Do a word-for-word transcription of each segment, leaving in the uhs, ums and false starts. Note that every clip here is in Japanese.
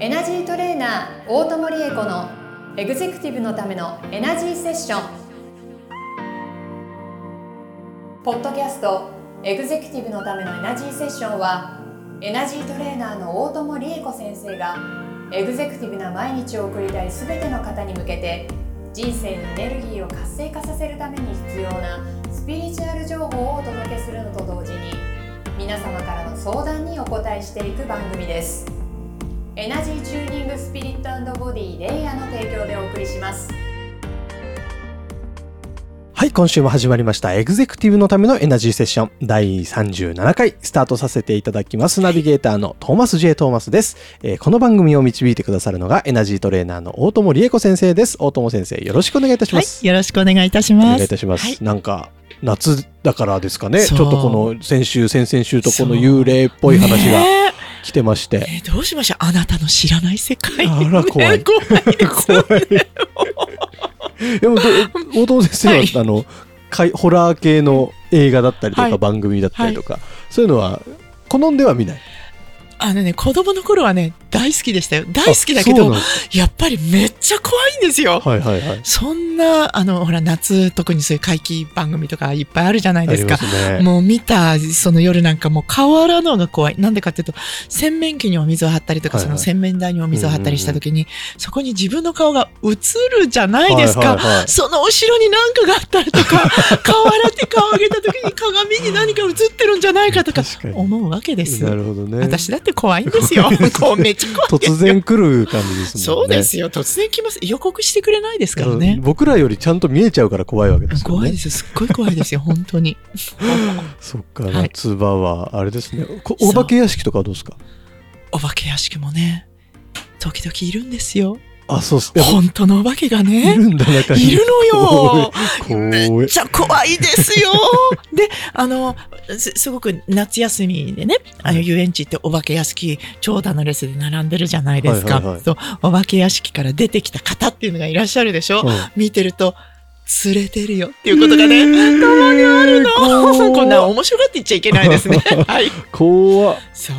エナジートレーナー大友理恵子のエグゼクティブのためのエナジーセッション。ポッドキャストエグゼクティブのためのエナジーセッションは、エナジートレーナーの大友理恵子先生がエグゼクティブな毎日を送りたいすべての方に向けて、人生のエネルギーを活性化させるために必要なスピリチュアル情報をお届けするのと同時に、皆様からの相談にお答えしていく番組です。エナジーチューニングスピリット&ボディレイヤーの提供でお送りします。 はい、今週も始まりましたエグゼクティブのためのエナジーセッションだいさんじゅうななかいスタートさせていただきます。ナビゲーターのトーマス J トーマスです。えー、この番組を導いてくださるのがエナジートレーナーの大友理恵子先生です。大友先生、よろしくお願いいたします。 はい、よろしくお願いいたします。 お願いいたします。はい、なんか夏だからですかね、ちょっとこの先週先々週とこの幽霊っぽい話が来てまして、 ね、どうしましょう、あなたの知らない世界、ね、 あら怖い、 ね、怖いですね。 怖い。でも大友先生は、はい、あのホラー系の映画だったりとか、はい、番組だったりとか、はい、そういうのは好んでは見ない？ あのね、子供の頃はね大好きでしたよ。大好きだけどやっぱりめっちゃ怖いんですよ。はいはいはい。そんなあのほら夏特にそういう怪奇番組とかいっぱいあるじゃないですか。ありますね。もう見たその夜なんかもう顔洗うのが怖い。なんでかっていうと洗面器にお水を張ったりとか、はいはい、その洗面台にお水を張ったりした時に、うんうんうん、そこに自分の顔が映るじゃないですか。はいはいはい、その後ろに何かがあったりとか顔洗って顔上げた時に鏡に何か映ってるんじゃないかとか思うわけです。 なるほどね。 私だって怖いんですよ。こうめっちゃ怖いですよ。 突然来る感じですもんね。 そうですよ。突然来ます。予告してくれないですからね。 僕らよりちゃんと見えちゃうから怖いわけですよね。 怖いですよ。すっごい怖いですよ。本当に。 そっか、夏場はあれですね。お化け屋敷とかはどうですか？ お化け屋敷もね、時々いるんですよ。 あ、そうっすね。 本当のお化けがね。 いるんだ、中に。 いるのよ。めっちゃ怖いですよ。で、あのす、すごく夏休みでね、あの遊園地ってお化け屋敷長蛇の列で並んでるじゃないですか。はいはいはい、そう、お化け屋敷から出てきた方っていうのがいらっしゃるでしょ。うん、見てると連れてるよっていうことがね、えー、たまにあるの。こんな面白がって言っちゃいけないですね。はい。 怖っ。 そう、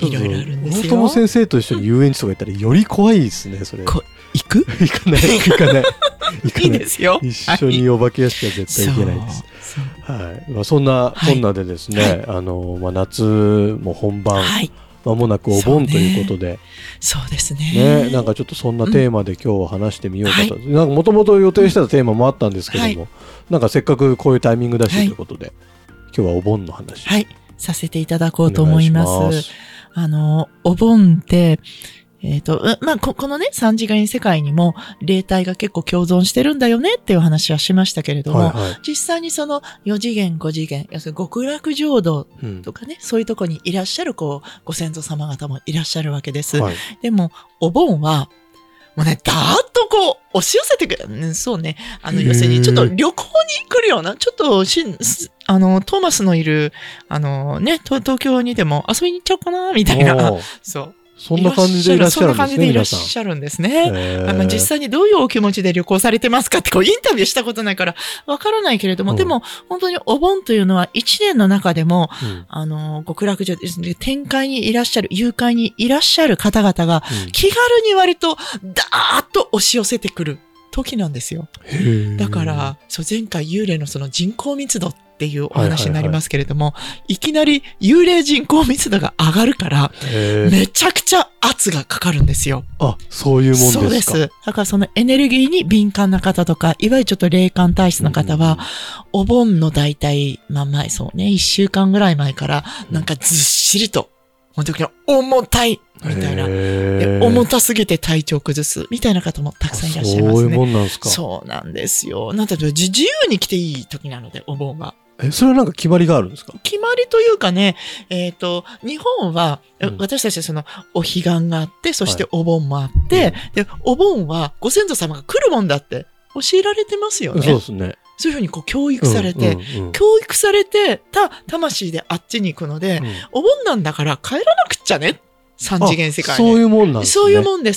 いろいろあるんですよ。 大友先生と一緒に遊園地とか行ったらより怖いですね、それ。 こ行く？ 行かない、行かない。 いいですよ。 一緒にお化け屋敷は絶対行けないです。はい。まあ、そんな、そんなでですね、はい、あの、まあ、夏も本番。はい。間もなくお盆ということで、 そうね、そうですね。 ね、なんかちょっとそんなテーマで今日は話してみようかと、うん、なんかもともと予定してたテーマもあったんですけども、はい、なんかせっかくこういうタイミングだしということで、はい、今日はお盆の話、 はい、させていただこうと思います。お願いします。あのお盆ってえっと、まあ、こ、このね、三次元世界にも霊体が結構共存してるんだよねっていう話はしましたけれども、はいはい、実際にそのよ次元、ご次元、要するに極楽浄土とかね、うん、そういうとこにいらっしゃるこう、ご先祖様方もいらっしゃるわけです。はい、でも、お盆は、もうね、だーっとこう、押し寄せてくる、ね。そうね。あの、要するに、ちょっと旅行に来るような、ちょっとしん、あの、トーマスのいる、あのね、東京にでも遊びに行っちゃおうかな、みたいな。そう。 そんな感じでいらっしゃるんですね。そんな感じでいらっしゃるんですね。あの実際にどういうお気持ちで旅行されてますかってこうインタビューしたことないからわからないけれども、うん、でも本当にお盆というのは一年の中でも、うん、あの極楽浄土ですね、天界にいらっしゃる、幽界にいらっしゃる方々が気軽に割とダーッと押し寄せてくる時なんですよ。だからそう前回幽霊のその人口密度っていうお話になりますけれども、はいはいはい、いきなり幽霊人口密度が上がるからめちゃくちゃ圧がかかるんですよ。 あ、そういうもんですか。 そうです。だからそのエネルギーに敏感な方とか、いわゆるちょっと霊感体質の方は、うん、お盆の大体、まあ前そうね、いっしゅうかんぐらい前からなんかずっしりと、本当に重たいみたいな。で重たすぎて体調崩すみたいな方もたくさんいらっしゃいますね。 そういうもんなんですか。 そうなんですよ。なんていうの、自由に来ていい時なので、お盆は。 え、それはなんか決まりがあるんですか？ 決まりというかね、えっと、日本は、うん、私たちはその、お彼岸があって、そしてお盆もあって、はい、で、お盆はご先祖様が来るもんだって教えられてますよね。 そうですね。 そういうふうにこう教育されて、うんうんうん、教育されてた魂であっちに行くので、うん、お盆なんだから帰らなくっちゃね。三次元世界に。 そういうもんなんですね。 そういうもんです。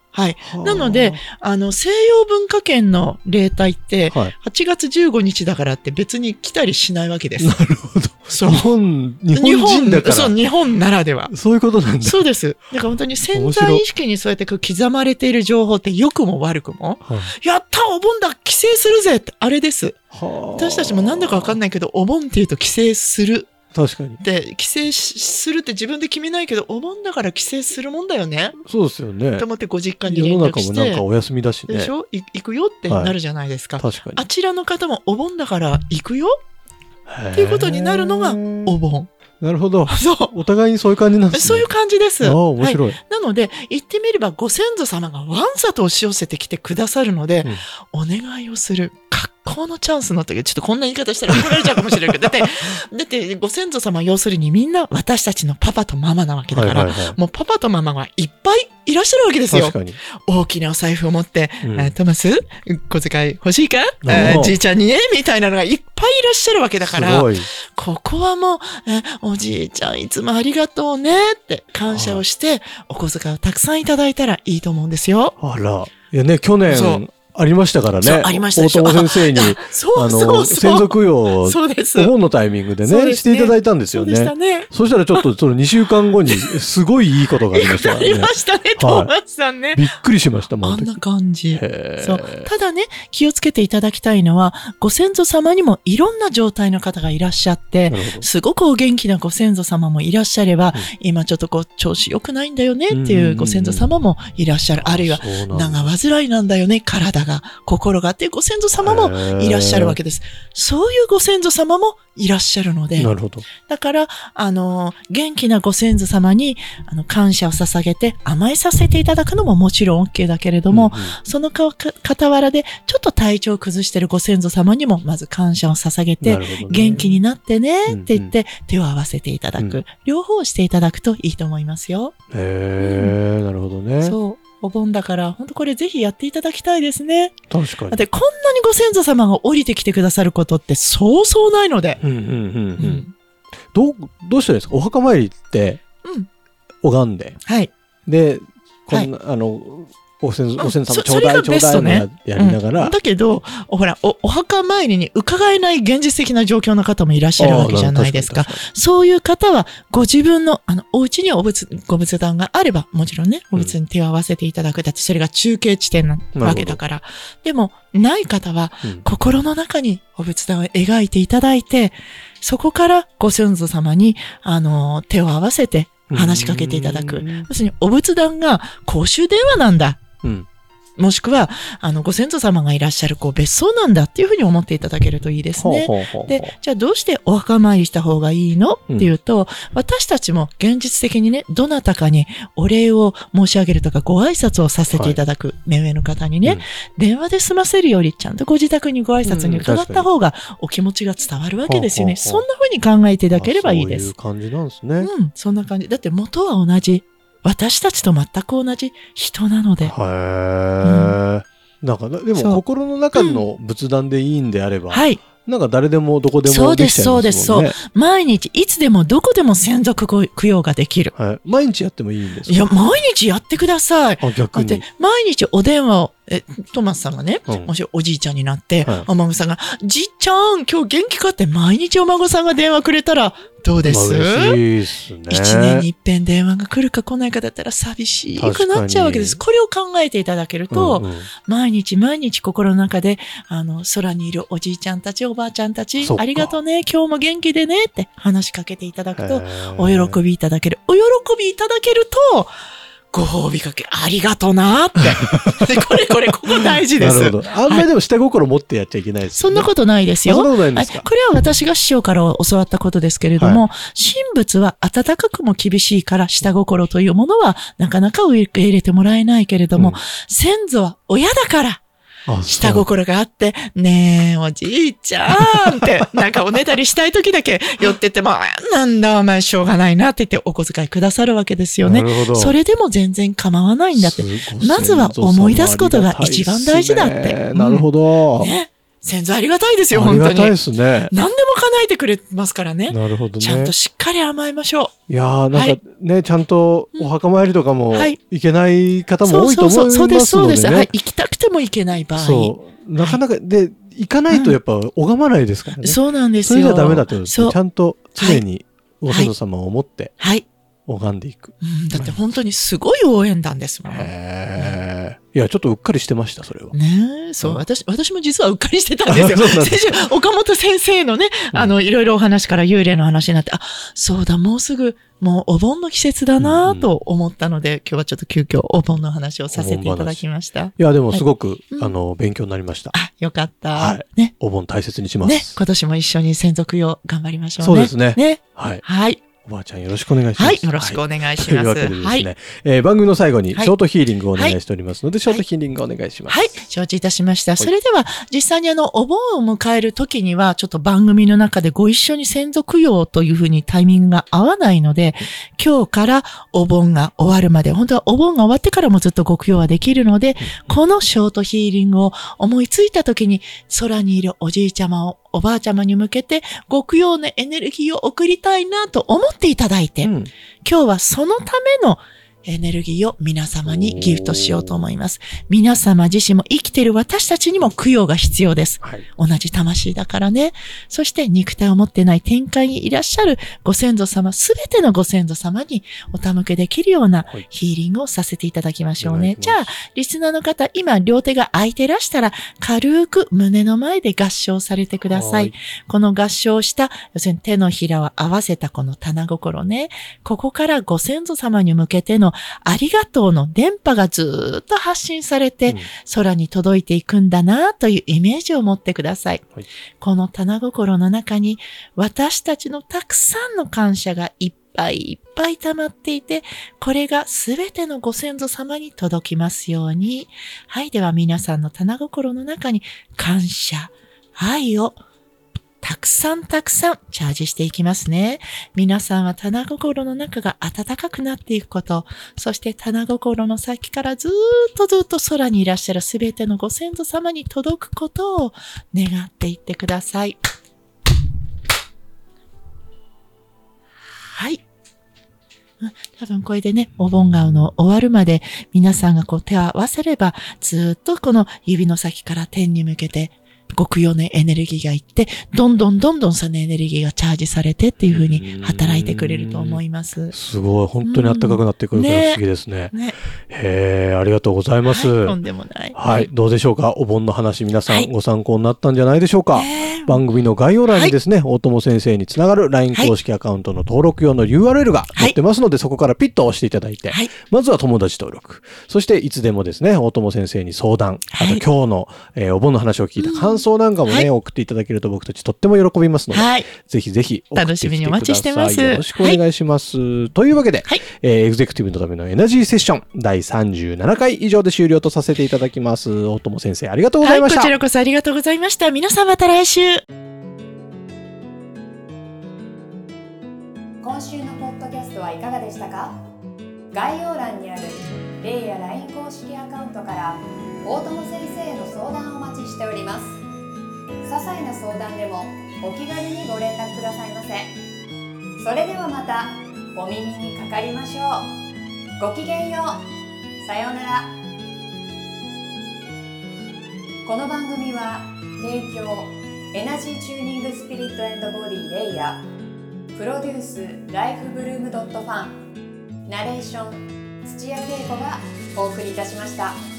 はい。 はあなので、あの、西洋文化圏の例大って、 はい。 はちがつじゅうごにちだからって別に来たりしないわけです。 なるほど。 そう日本、日本人だから。 そう、日本ならでは。 そういうことなんだ。 そうです。だから本当に潜在意識にそうやってこう刻まれている情報って良くも悪くも、 はい、 やったお盆だ帰省するぜって、あれです。 はあ、 私たちもなんだかわかんないけど、お盆って言うと帰省する。 確かに。 で、帰省するって自分で決めないけど、お盆だから帰省するもんだよね。 そうですよね。 と思ってご実家に連世の絡して。 中もなんかお休みだしね。 でしょい行くよってなるじゃないですか。 はい、確かに。 あちらの方もお盆だから行くよっていうことになるのがお盆。 なるほど。 そう。 お互いにそういう感じなんですね。 そういう感じです。 ああ、面白い、 はい。なので、言ってみればご先祖様がわんさと押し寄せてきてくださるので、うん、お願いをする。格好のチャンスの時、ちょっとこんな言い方したら怒られちゃうかもしれないけど、だって、だってご先祖様要するにみんな私たちのパパとママなわけだから、はいはいはい、もうパパとママがいっぱいいらっしゃるわけですよ。 確かに。 大きなお財布を持って、うん、トマス、小遣い欲しいかじいちゃんにねみたいなのがいっぱいいらっしゃるわけだから、ここはもうえ、おじいちゃんいつもありがとうねって感謝をして、お小遣いをたくさんいただいたらいいと思うんですよ。 あら。いやね、去年、ありましたからね。 ありましたでしょ。 大友先生に、 そうあの、先祖供養を、 そうです。 お盆のタイミングでね、ねしていただいたんですよね。 そうでしたね。 そしたらちょっと、そのにしゅうかんごに、すごいいいことがありましたからね。 ありましたね、トーマスさんね。 びっくりしました、もん。 あんな感じ。そう。ただね、気をつけていただきたいのは、ご先祖様にもいろんな状態の方がいらっしゃって、すごくお元気なご先祖様もいらっしゃれば、うん、今ちょっとこう、調子良くないんだよねっていうご先祖様もいらっしゃる。あるいは、長患いなんだよね、体が、心がっていうご先祖様もいらっしゃるわけです。そういうご先祖様もいらっしゃるので。 なるほど。だから、あの、元気なご先祖様に、あの、感謝を捧げて甘えさせていただくのももちろん OK だけれども、うんうん、そのか、か、傍らで、ちょっと体調を崩しているご先祖様にも、まず感謝を捧げて、ね、元気になってねって言って、手を合わせていただく。うん、両方していただくといいと思いますよ。 へー、うん、なるほどね。 そう。お盆だから、本当これぜひやっていただきたいですね。 確かに。 だってこんなにご先祖様が降りてきてくださることってそうそうないので。 うんうんうんうん。うん、どう、どうしたらいいですか？お墓参りって、うん。拝んで。 はい。 で、こんな、はい、あの、お先祖、お先祖様ちょうだいちょうだいのやりながら、 うん。だけど、ほら、お、お墓参りに伺えない現実的な状況の方もいらっしゃるわけじゃないですか。そういう方は、ご自分の、あの、お家にお仏、ご仏壇があれば、もちろんね、お仏に手を合わせていただく。だってそれが中継地点なわけだから。でも、ない方は、うん、心の中にお仏壇を描いていただいて、そこからご先祖様に、あの、手を合わせて話しかけていただく。要するに、お仏壇が公衆電話なんだ。うん、もしくは、あの、ご先祖様がいらっしゃる、こう、別荘なんだっていうふうに思っていただけるといいですね。ほうほうほうほう。で、じゃあどうしてお墓参りした方がいいの、うん、っていうと、私たちも現実的にね、どなたかにお礼を申し上げるとか、ご挨拶をさせていただく、はい、目上の方にね、うん、電話で済ませるより、ちゃんとご自宅にご挨拶に伺った方が、お気持ちが伝わるわけですよね。そんなふうに考えていただければいいです。 そういう感じなんですね。 うん、そんな感じ。だって元は同じ。私たちと全く同じ人なので。へー。うん、なんか、でも心の中の仏壇でいいんであれば、うん、はい。なんか誰でもどこでもできちゃいますもんね。そうです、そうです、そう。 毎日、いつでもどこでも専属供養ができる。 はい。毎日やってもいいんですか？ いや、毎日やってください。 あ、逆に。 だって、毎日お電話を、え、トマスさんがね、うん、もしおじいちゃんになって、はい、お孫さんが、じいちゃん、今日元気かって毎日お孫さんが電話くれたら、どうです？ まあ、嬉しいですね。 一年に一遍電話が来るか来ないかだったら寂しくなっちゃうわけです。これを考えていただけると、うんうん、毎日毎日心の中で、あの、空にいるおじいちゃんたち、おばあちゃんたち、ありがとうね、今日も元気でねって話しかけていただくと、お喜びいただける。お喜びいただけると、ご褒美かけ、ありがとうなーって。で、これこれ、ここ大事です。 なるほど。あんまりでも下心持ってやっちゃいけないですよね。 そんなことないですよ。 そんなことないんですか？ これは私が師匠から教わったことですけれども、はい、神仏は温かくも厳しいから下心というものはなかなか受け入れてもらえないけれども、うん、先祖は親だから下心があって、ねえ、おじいちゃんって、なんかおねだりしたい時だけ寄ってっても、なんだお前しょうがないなって言ってお小遣いくださるわけですよね。なるほど。それでも全然構わないんだって。まずは思い出すことが一番大事だって。 なるほど。 ね。 先祖ありがたいですよ、 あ本当に。 りがたいですね。 何でも叶えてくれますからね。 なるほどね。 ちゃんとしっかり甘えましょう。 いやー、なんかね、はい、ちゃんとお墓参りとかもはい行けない方も多いと思いますのでね。 そうそうそう、そうです、そうです。はい。行きたくても行けない場合。 そう。なかなか、はい、で、行かないとやっぱ拝まないですからね。 うん、そうなんですよ。 それじゃダメだということです。ちゃんと常にご先祖様を思って、はい。拝んでいく、 うん。だって本当にすごい応援団ですもん。 へー。いや、ちょっとうっかりしてました、それは。 ねえ、そう、うん、私、私も実はうっかりしてたんですよ。先週、岡本先生のね、あの、いろいろお話から幽霊の話になって、あ、そうだ、もうすぐ、もうお盆の季節だなと思ったので、うんうん、今日はちょっと急遽お盆の話をさせていただきました。いや、でもすごく、はい、あの、勉強になりました。 あ、よかった。 はい。ね。お盆大切にします。 ね。今年も一緒に専属用頑張りましょうね。 そうですね。 ね。 はい。 はい。 おばあちゃんよろしくお願いします。 はい、よろしくお願いします。はい、というわけでですね、はいえー、番組の最後にショートヒーリングをお願いしておりますので、はい、ショートヒーリングをお願いします。 はい、はい、承知いたしました。それでは、実際にあの、お盆を迎える時には、ちょっと番組の中でご一緒に先祖供養というふうにタイミングが合わないので、今日からお盆が終わるまで、本当はお盆が終わってからもずっとご供養はできるので、このショートヒーリングを思いついた時に、空にいるおじいちゃまをおばあちゃまに向けてご供養のエネルギーを送りたいなと思っていただいて、うん、今日はそのためのエネルギーを皆様にギフトしようと思います。皆様自身も生きている私たちにも供養が必要です。はい、同じ魂だからね。そして肉体を持ってない天界にいらっしゃるご先祖様、すべてのご先祖様にお手向けできるようなヒーリングをさせていただきましょうね。はい、じゃあ、リスナーの方、今両手が空いてらしたら、軽く胸の前で合掌されてください。はい、この合掌した、要するに手のひらを合わせたこの棚心ね。ここからご先祖様に向けてのありがとうの電波がずーっと発信されて、うん、空に届いていくんだなというイメージを持ってください。はい、この棚心の中に私たちのたくさんの感謝がいっぱいいっぱい溜まっていて、これがすべてのご先祖様に届きますように。はい、では皆さんの棚心の中に感謝、愛をたくさんたくさんチャージしていきますね。皆さんは棚心の中が暖かくなっていくこと、そして棚心の先からずーっとずっと空にいらっしゃるすべてのご先祖様に届くことを願っていってください。はい。多分これでね、お盆がの終わるまで皆さんがこう手を合わせれば、ずーっとこの指の先から天に向けてご供養のエネルギーがいって、どんどんどんどんそのエネルギーがチャージされてっていう風に働いてくれると思います。 すごい、本当に暖かくなってくるから不思議ですね。ねねへー、ありがとうございます。 はい、とんでもない。 はい、どうでしょうか。お盆の話、皆さんご参考になったんじゃないでしょうか。はい、番組の概要欄にですね、はい、大友先生につながる ライン 公式アカウントの登録用の ユーアールエル が載ってますので、はい、そこからピッと押していただいて、はい、まずは友達登録。そしていつでもですね、大友先生に相談、あと今日の、えー、お盆の話を聞いた感想なんかもね、はい、送っていただけると僕たちとっても喜びますので、はい、ぜひぜひ送ってきてください。楽しみにお待ちしてます。よろしくお願いします。はい、というわけで、はいえー、エグゼクティブのためのエナジーセッションだいさんじゅうななかい以上で終了とさせていただきます。大友先生ありがとうございました。はい、こちらこそありがとうございました。皆さんまた来週。 今週のポッドキャストはいかがでしたか？概要欄にあるレイや ライン 公式アカウントから大友先生への相談をお待ちしております。些細な相談でもお気軽にご連絡くださいませ。それではまたお耳にかかりましょう。ごきげんよう。さようなら。この番組は提供エナジーチューニングスピリット&ボディレイヤー、プロデュースライフブルームドットファン、ナレーション土屋恵子がお送りいたしました。